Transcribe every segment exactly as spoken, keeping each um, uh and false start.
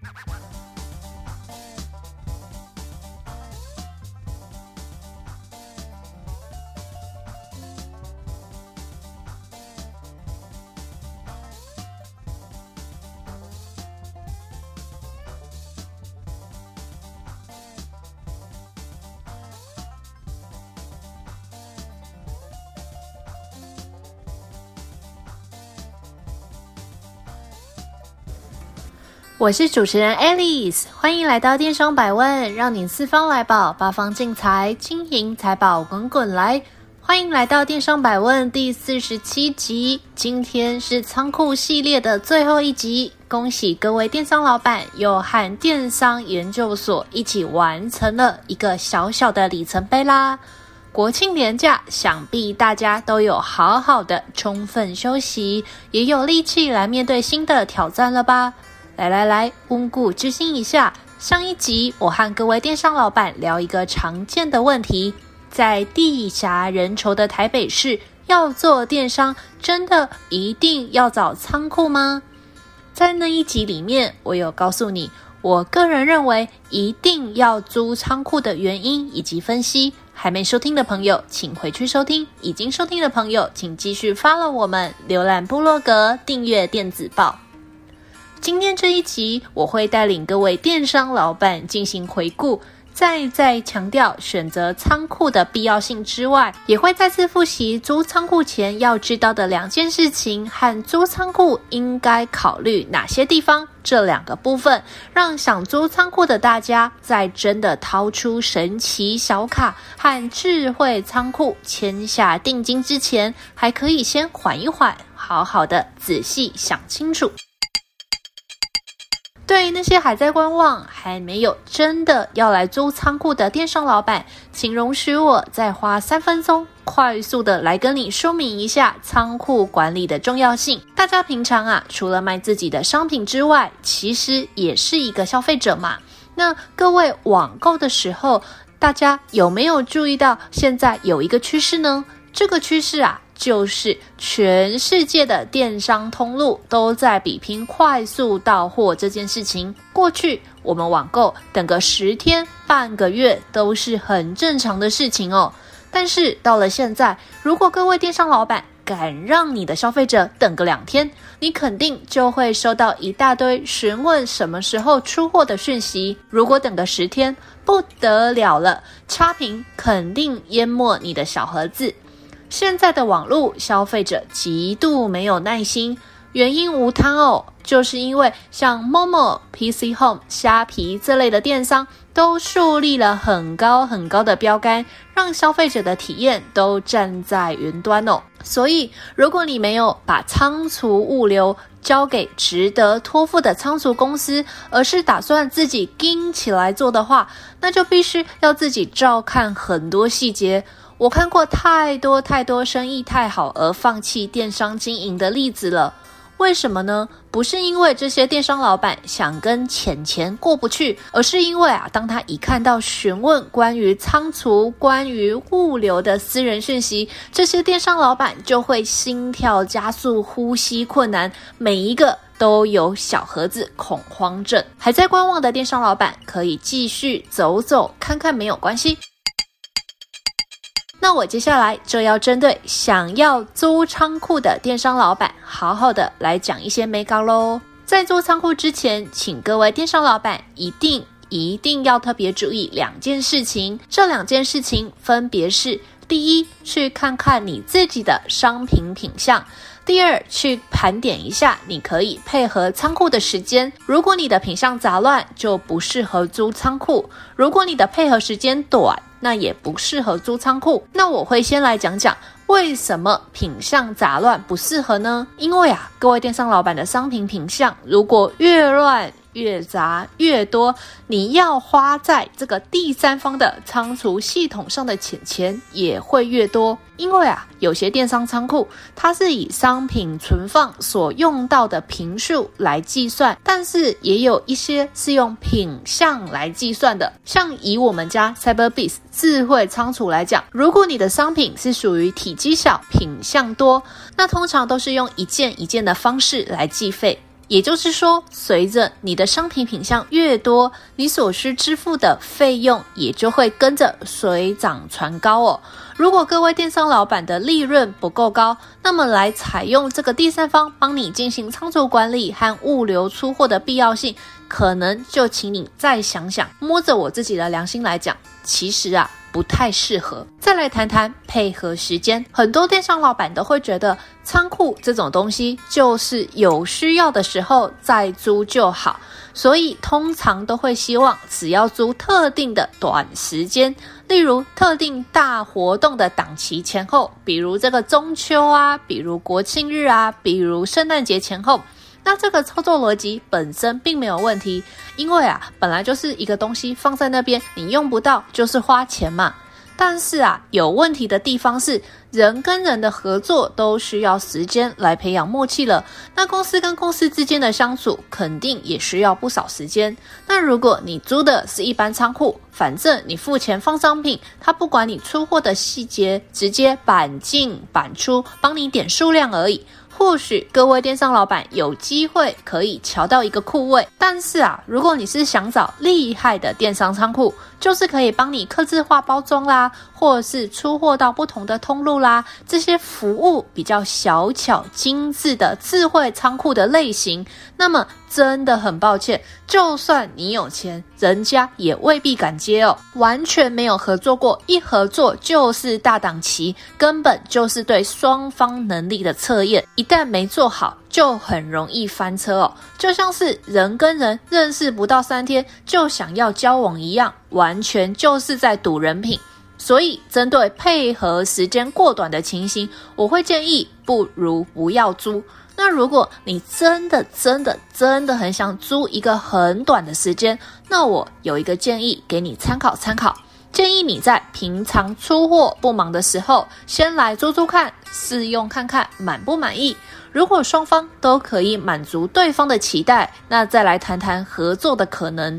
我是主持人 Alice， 欢迎来到电商百问，让你四方来宝，八方进财，金银财宝滚滚来。欢迎来到电商百问第四十七集，今天是仓库系列的最后一集，恭喜各位电商老板又和电商研究所一起完成了一个小小的里程碑啦。国庆连假，想必大家都有好好的充分休息，也有力气来面对新的挑战了吧。来来来，温故知新一下，上一集我和各位电商老板聊一个常见的问题，在地狭人稠的台北市，要做电商真的一定要找仓库吗？在那一集里面，我有告诉你，我个人认为一定要租仓库的原因以及分析。还没收听的朋友请回去收听，已经收听的朋友请继续 follow 我们，浏览部落格，订阅电子报。今天这一集，我会带领各位电商老板进行回顾，再再强调选择仓库的必要性之外，也会再次复习租仓库前要知道的两件事情和租仓库应该考虑哪些地方，这两个部分让想租仓库的大家在真的掏出神奇小卡和智慧仓库签下定金之前，还可以先缓一缓，好好的仔细想清楚。对于那些还在观望，还没有真的要来租仓库的电商老板，请容许我再花三分钟快速的来跟你说明一下仓库管理的重要性。大家平常啊，除了卖自己的商品之外，其实也是一个消费者嘛。那各位网购的时候，大家有没有注意到现在有一个趋势呢？这个趋势啊，就是全世界的电商通路都在比拼快速到货这件事情。过去我们网购等个十天半个月都是很正常的事情哦，但是到了现在，如果各位电商老板敢让你的消费者等个两天，你肯定就会收到一大堆询问什么时候出货的讯息。如果等个十天，不得了了，差评肯定淹没你的小盒子。现在的网络消费者极度没有耐心，原因无他哦，就是因为像 Momo、P C Home、虾皮这类的电商都树立了很高很高的标杆，让消费者的体验都站在云端哦。所以如果你没有把仓储物流交给值得托付的仓储公司，而是打算自己盯起来做的话，那就必须要自己照看很多细节。我看过太多太多生意太好而放弃电商经营的例子了。为什么呢？不是因为这些电商老板想跟钱钱过不去，而是因为啊，当他一看到询问关于仓储、关于物流的私人讯息，这些电商老板就会心跳加速、呼吸困难，每一个都有小盒子恐慌症。还在观望的电商老板可以继续走走看看，没有关系。那我接下来就要针对想要租仓库的电商老板好好的来讲一些眉角咯。在租仓库之前，请各位电商老板一定一定要特别注意两件事情。这两件事情分别是：第一，去看看你自己的商品品项；第二，去盘点一下你可以配合仓库的时间。如果你的品项杂乱，就不适合租仓库；如果你的配合时间短，那也不适合租仓库。那我会先来讲讲为什么品项杂乱不适合呢？因为啊，各位电商老板的商品品项如果越乱越杂越多，你要花在这个第三方的仓储系统上的钱钱也会越多。因为啊，有些电商仓库它是以商品存放所用到的坪数来计算，但是也有一些是用品项来计算的。像以我们家 Cyberbiz 智慧仓储来讲，如果你的商品是属于体积小、品项多，那通常都是用一件一件的方式来计费。 也就是说，随着你的商品品项越多，你所需支付的费用也就会跟着水涨船高哦。如果各位电商老板的利润不够高，那么来采用这个第三方帮你进行仓储管理和物流出货的必要性，可能就请你再想想。摸着我自己的良心来讲，其实啊不太适合。再来谈谈配合时间，很多电商老板都会觉得仓库这种东西就是有需要的时候再租就好，所以通常都会希望只要租特定的短时间，例如特定大活动的档期前后，比如这个中秋啊，比如国庆日啊，比如圣诞节前后。那这个操作逻辑本身并没有问题，因为啊，本来就是一个东西放在那边，你用不到就是花钱嘛。但是啊，有问题的地方是，人跟人的合作都需要时间来培养默契了。那公司跟公司之间的相处，肯定也需要不少时间。那如果你租的是一般仓库，反正你付钱放商品，他不管你出货的细节，直接板进板出，帮你点数量而已。或许各位电商老板有机会可以瞧到一个库位，但是啊，如果你是想找厉害的电商仓库，就是可以帮你客制化包装啦，或者是出货到不同的通路啦，这些服务比较小巧精致的智慧仓库的类型，那么真的很抱歉，就算你有钱，人家也未必敢接哦。完全没有合作过，一合作就是大档期，根本就是对双方能力的测验，一旦没做好就很容易翻车哦。就像是人跟人认识不到三天就想要交往一样，完全就是在赌人品。所以针对配合时间过短的情形，我会建议不如不要租。那如果你真的真的真的很想租一个很短的时间，那我有一个建议给你参考参考。建议你在平常出货不忙的时候，先来租租看，试用看看满不满意。如果双方都可以满足对方的期待，那再来谈谈合作的可能。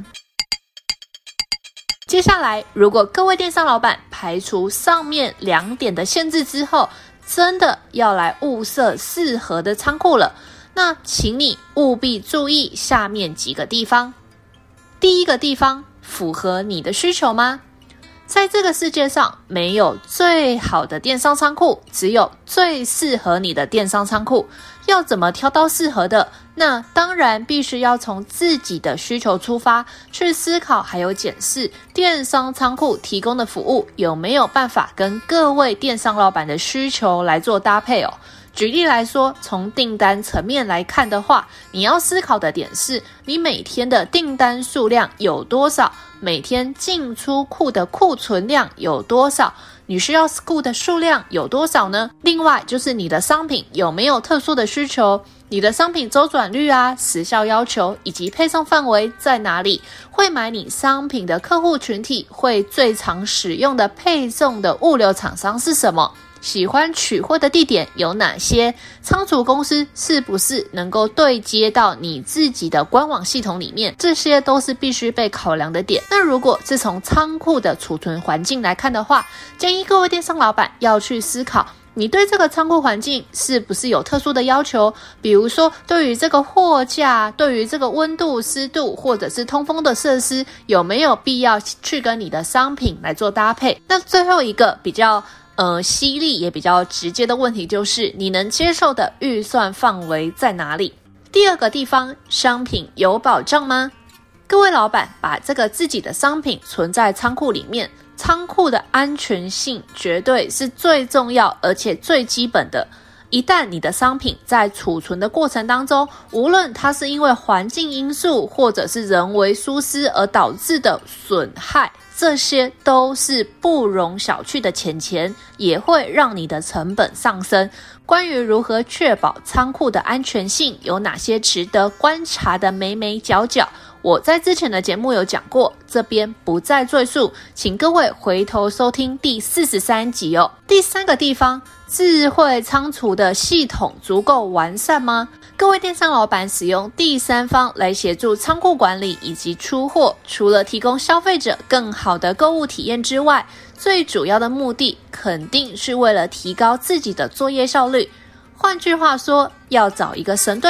接下来，如果各位电商老板排除上面两点的限制之后，真的要来物色适合的仓库了，那请你务必注意下面几个地方。第一个地方，符合你的需求吗？在这个世界上，没有最好的电商仓库，只有最适合你的电商仓库。要怎么挑到适合的？那当然必须要从自己的需求出发，去思考还有检视电商仓库提供的服务有没有办法跟各位电商老板的需求来做搭配哦。举例来说，从订单层面来看的话，你要思考的点是，你每天的订单数量有多少，每天进出库的库存量有多少，你需要 S K U 的数量有多少呢？另外就是你的商品有没有特殊的需求，你的商品周转率啊、时效要求以及配送范围在哪里，会买你商品的客户群体会最常使用的配送的物流厂商是什么，喜欢取货的地点有哪些，仓储公司是不是能够对接到你自己的官网系统里面，这些都是必须被考量的点。那如果是从仓库的储存环境来看的话，建议各位电商老板要去思考，你对这个仓库环境是不是有特殊的要求，比如说对于这个货架，对于这个温度、湿度或者是通风的设施，有没有必要去跟你的商品来做搭配。那最后一个比较呃，犀利也比较直接的问题就是，你能接受的预算范围在哪里？第二个地方，商品有保障吗？各位老板把这个自己的商品存在仓库里面，仓库的安全性绝对是最重要而且最基本的。一旦你的商品在储存的过程当中，无论它是因为环境因素或者是人为疏失而导致的损害，这些都是不容小觑的钱钱，也会让你的成本上升。关于如何确保仓库的安全性，有哪些值得观察的眉眉角角，我在之前的节目有讲过，这边不再赘述，请各位回头收听第四十三集哦。第三个地方，智慧仓储的系统足够完善吗？各位电商老板使用第三方来协助仓库管理以及出货，除了提供消费者更好的购物体验之外，最主要的目的肯定是为了提高自己的作业效率。换句话说，要找一个神队友，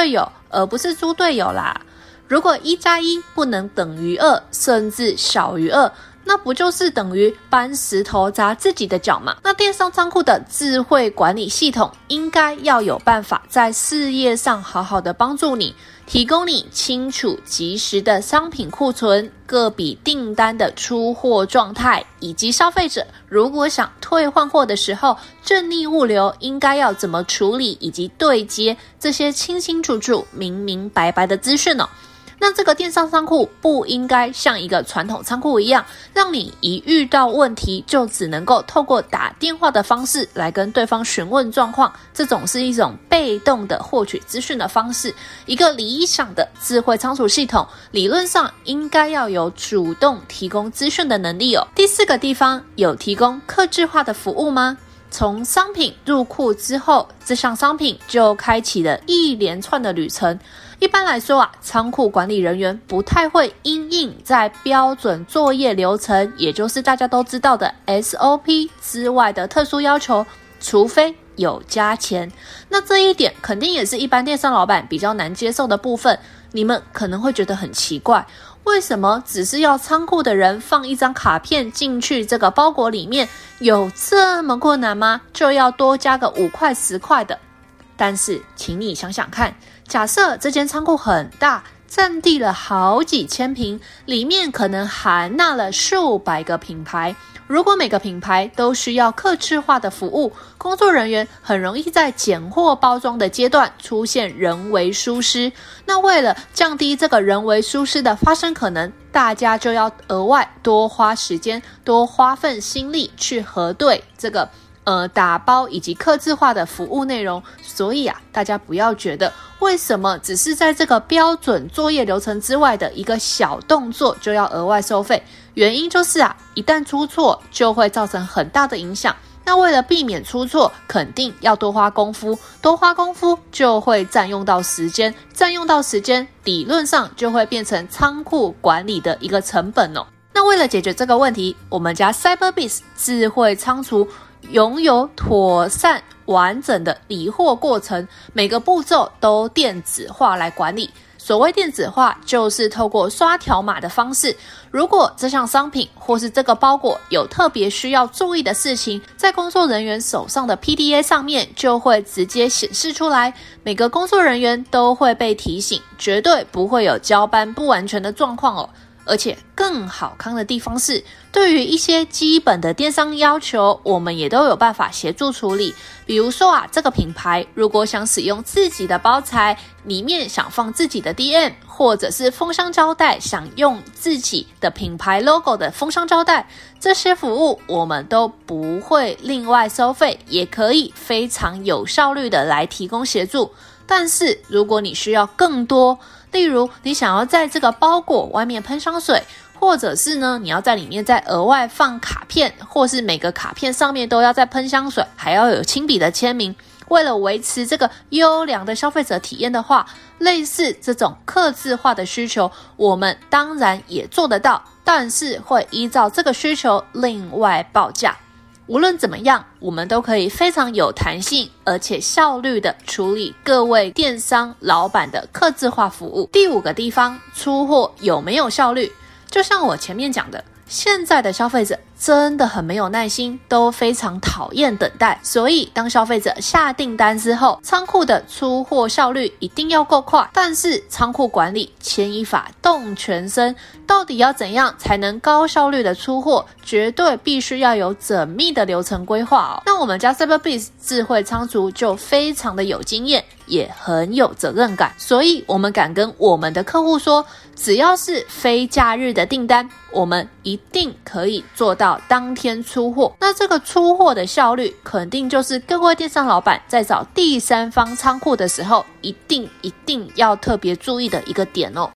而不是猪队友啦。如果一加一不能等于二，甚至小于二，那不就是等于搬石头砸自己的脚吗？那电商仓库的智慧管理系统应该要有办法在事业上好好的帮助你，提供你清楚及时的商品库存、各笔订单的出货状态，以及消费者如果想退换货的时候，正逆物流应该要怎么处理，以及对接这些清清楚楚、明明白白的资讯哦。那这个电商仓库不应该像一个传统仓库一样，让你一遇到问题就只能够透过打电话的方式来跟对方询问状况，这种是一种被动的获取资讯的方式。一个理想的智慧仓储系统，理论上应该要有主动提供资讯的能力哦。第四个地方，有提供客制化的服务吗？从商品入库之后，这项商品就开启了一连串的旅程。一般来说啊，仓库管理人员不太会因应在标准作业流程，也就是大家都知道的 S O P 之外的特殊要求，除非有加钱。那这一点肯定也是一般电商老板比较难接受的部分。你们可能会觉得很奇怪，为什么只是要仓库的人放一张卡片进去这个包裹里面，有这么困难吗？就要多加个五块十块的。但是请你想想看，假设这间仓库很大，占地了好几千平，里面可能含纳了数百个品牌。如果每个品牌都需要客制化的服务，工作人员很容易在拣货包装的阶段出现人为疏失。那为了降低这个人为疏失的发生可能，大家就要额外多花时间，多花份心力去核对这个呃，打包以及客制化的服务内容。所以啊，大家不要觉得为什么只是在这个标准作业流程之外的一个小动作就要额外收费。原因就是啊，一旦出错就会造成很大的影响。那为了避免出错，肯定要多花功夫，多花功夫就会占用到时间，占用到时间，理论上就会变成仓库管理的一个成本哦。那为了解决这个问题，我们家 Cyberbiz 智慧仓储拥有妥善完整的理货过程，每个步骤都电子化来管理。所谓电子化，就是透过刷条码的方式，如果这项商品或是这个包裹有特别需要注意的事情，在工作人员手上的 P D A 上面就会直接显示出来，每个工作人员都会被提醒，绝对不会有交班不完全的状况哦。而且更好康的地方是，对于一些基本的电商要求，我们也都有办法协助处理。比如说啊，这个品牌如果想使用自己的包材，里面想放自己的 D M， 或者是封箱胶带，想用自己的品牌 logo 的封箱胶带，这些服务我们都不会另外收费，也可以非常有效率的来提供协助。但是如果你需要更多，例如你想要在这个包裹外面喷香水，或者是呢你要在里面再额外放卡片，或是每个卡片上面都要再喷香水，还要有亲笔的签名，为了维持这个优良的消费者体验的话，类似这种客制化的需求，我们当然也做得到，但是会依照这个需求另外报价。无论怎么样，我们都可以非常有弹性而且效率的处理各位电商老板的客制化服务。第五个地方，出货有没有效率？就像我前面讲的，现在的消费者真的很没有耐心，都非常讨厌等待，所以当消费者下订单之后，仓库的出货效率一定要够快。但是仓库管理牵一发动全身，到底要怎样才能高效率的出货，绝对必须要有缜密的流程规划哦。那我们家 Cyberbiz 智慧仓储就非常的有经验，也很有责任感，所以我们敢跟我们的客户说，只要是非假日的订单，我们一定可以做到当天出货。那这个出货的效率，肯定就是各位电商老板在找第三方仓库的时候，一定一定要特别注意的一个点哦。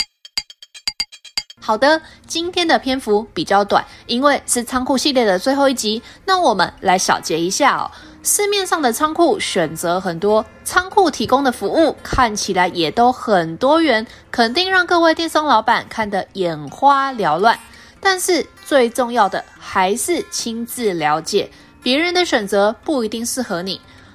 好的，今天的篇幅比较短，因为是仓库系列的最后一集，那我们来小结一下哦。市面上的仓库选择很多，仓库提供的服务看起来也都很多元，肯定让各位电商老板看得眼花缭乱。但是最重要的还是亲自了解，别人的选择不一定适合你。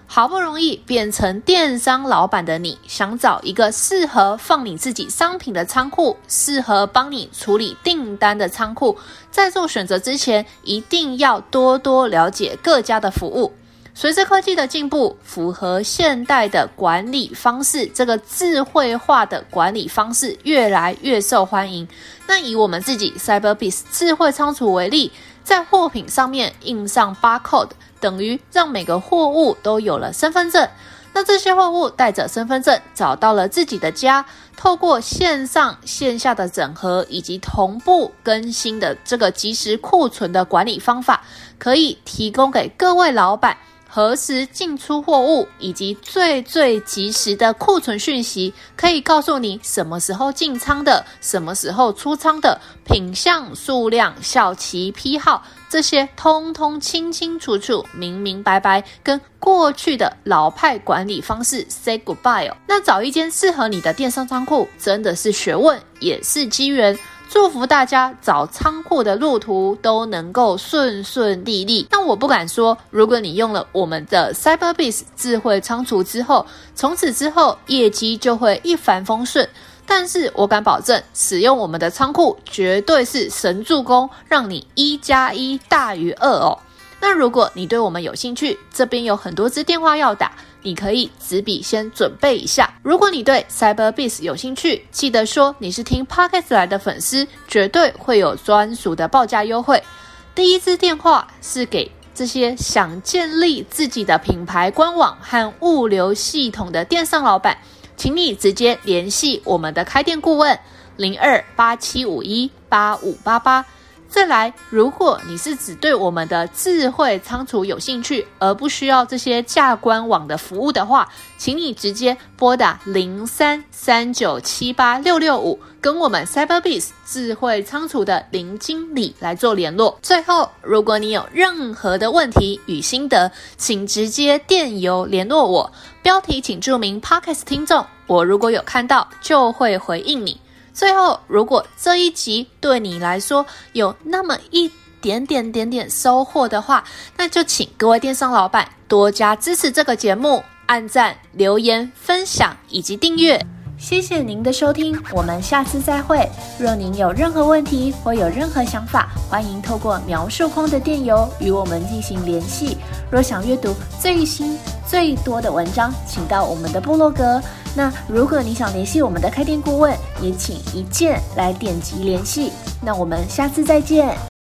好不容易变成电商老板的你，想找一个适合放你自己商品的仓库，适合帮你处理订单的仓库，在做选择之前，一定要多多了解各家的服务。随着科技的进步，符合现代的管理方式，这个智慧化的管理方式越来越受欢迎。那以我们自己 Cyberbiz 智慧仓储为例，在货品上面印上 barcode， 等于让每个货物都有了身份证。那这些货物带着身份证找到了自己的家，透过线上线下的整合以及同步更新的这个即时库存的管理方法，可以提供给各位老板何时进出货物以及最最及时的库存讯息，可以告诉你什么时候进仓的，什么时候出仓的，品项、数量、效期、批号，这些通通清清楚楚、明明白白，跟过去的老派管理方式 say goodbye 哦。那找一间适合你的电商仓库真的是学问，也是机缘。祝福大家找仓库的路途都能够顺顺利利。但我不敢说，如果你用了我们的 Cyberbiz 智慧仓储之后，从此之后业绩就会一帆风顺。但是我敢保证，使用我们的仓库绝对是神助攻，让你一加一大于二哦。那如果你对我们有兴趣，这边有很多支电话要打，你可以纸笔先准备一下。如果你对 Cyberbiz 有兴趣，记得说你是听 Podcast 来的粉丝，绝对会有专属的报价优惠。第一支电话是给这些想建立自己的品牌官网和物流系统的电商老板，请你直接联系我们的开店顾问零二八七五一八五八八。再来，如果你是只对我们的智慧仓储有兴趣，而不需要这些架官网的服务的话，请你直接拨打零三三九七八六六五，跟我们 Cyberbiz 智慧仓储的林经理来做联络。最后，如果你有任何的问题与心得，请直接电邮联络我，标题请注明 Podcast 听众，我如果有看到就会回应你。最后，如果这一集对你来说有那么一点点点点收获的话，那就请各位电商老板多加支持这个节目，按赞、留言、分享以及订阅。谢谢您的收听，我们下次再会。若您有任何问题或有任何想法，欢迎透过描述框的电邮与我们进行联系。若想阅读最新最多的文章，请到我们的部落格。那如果你想联系我们的开店顾问，也请一键来点击联系。那我们下次再见。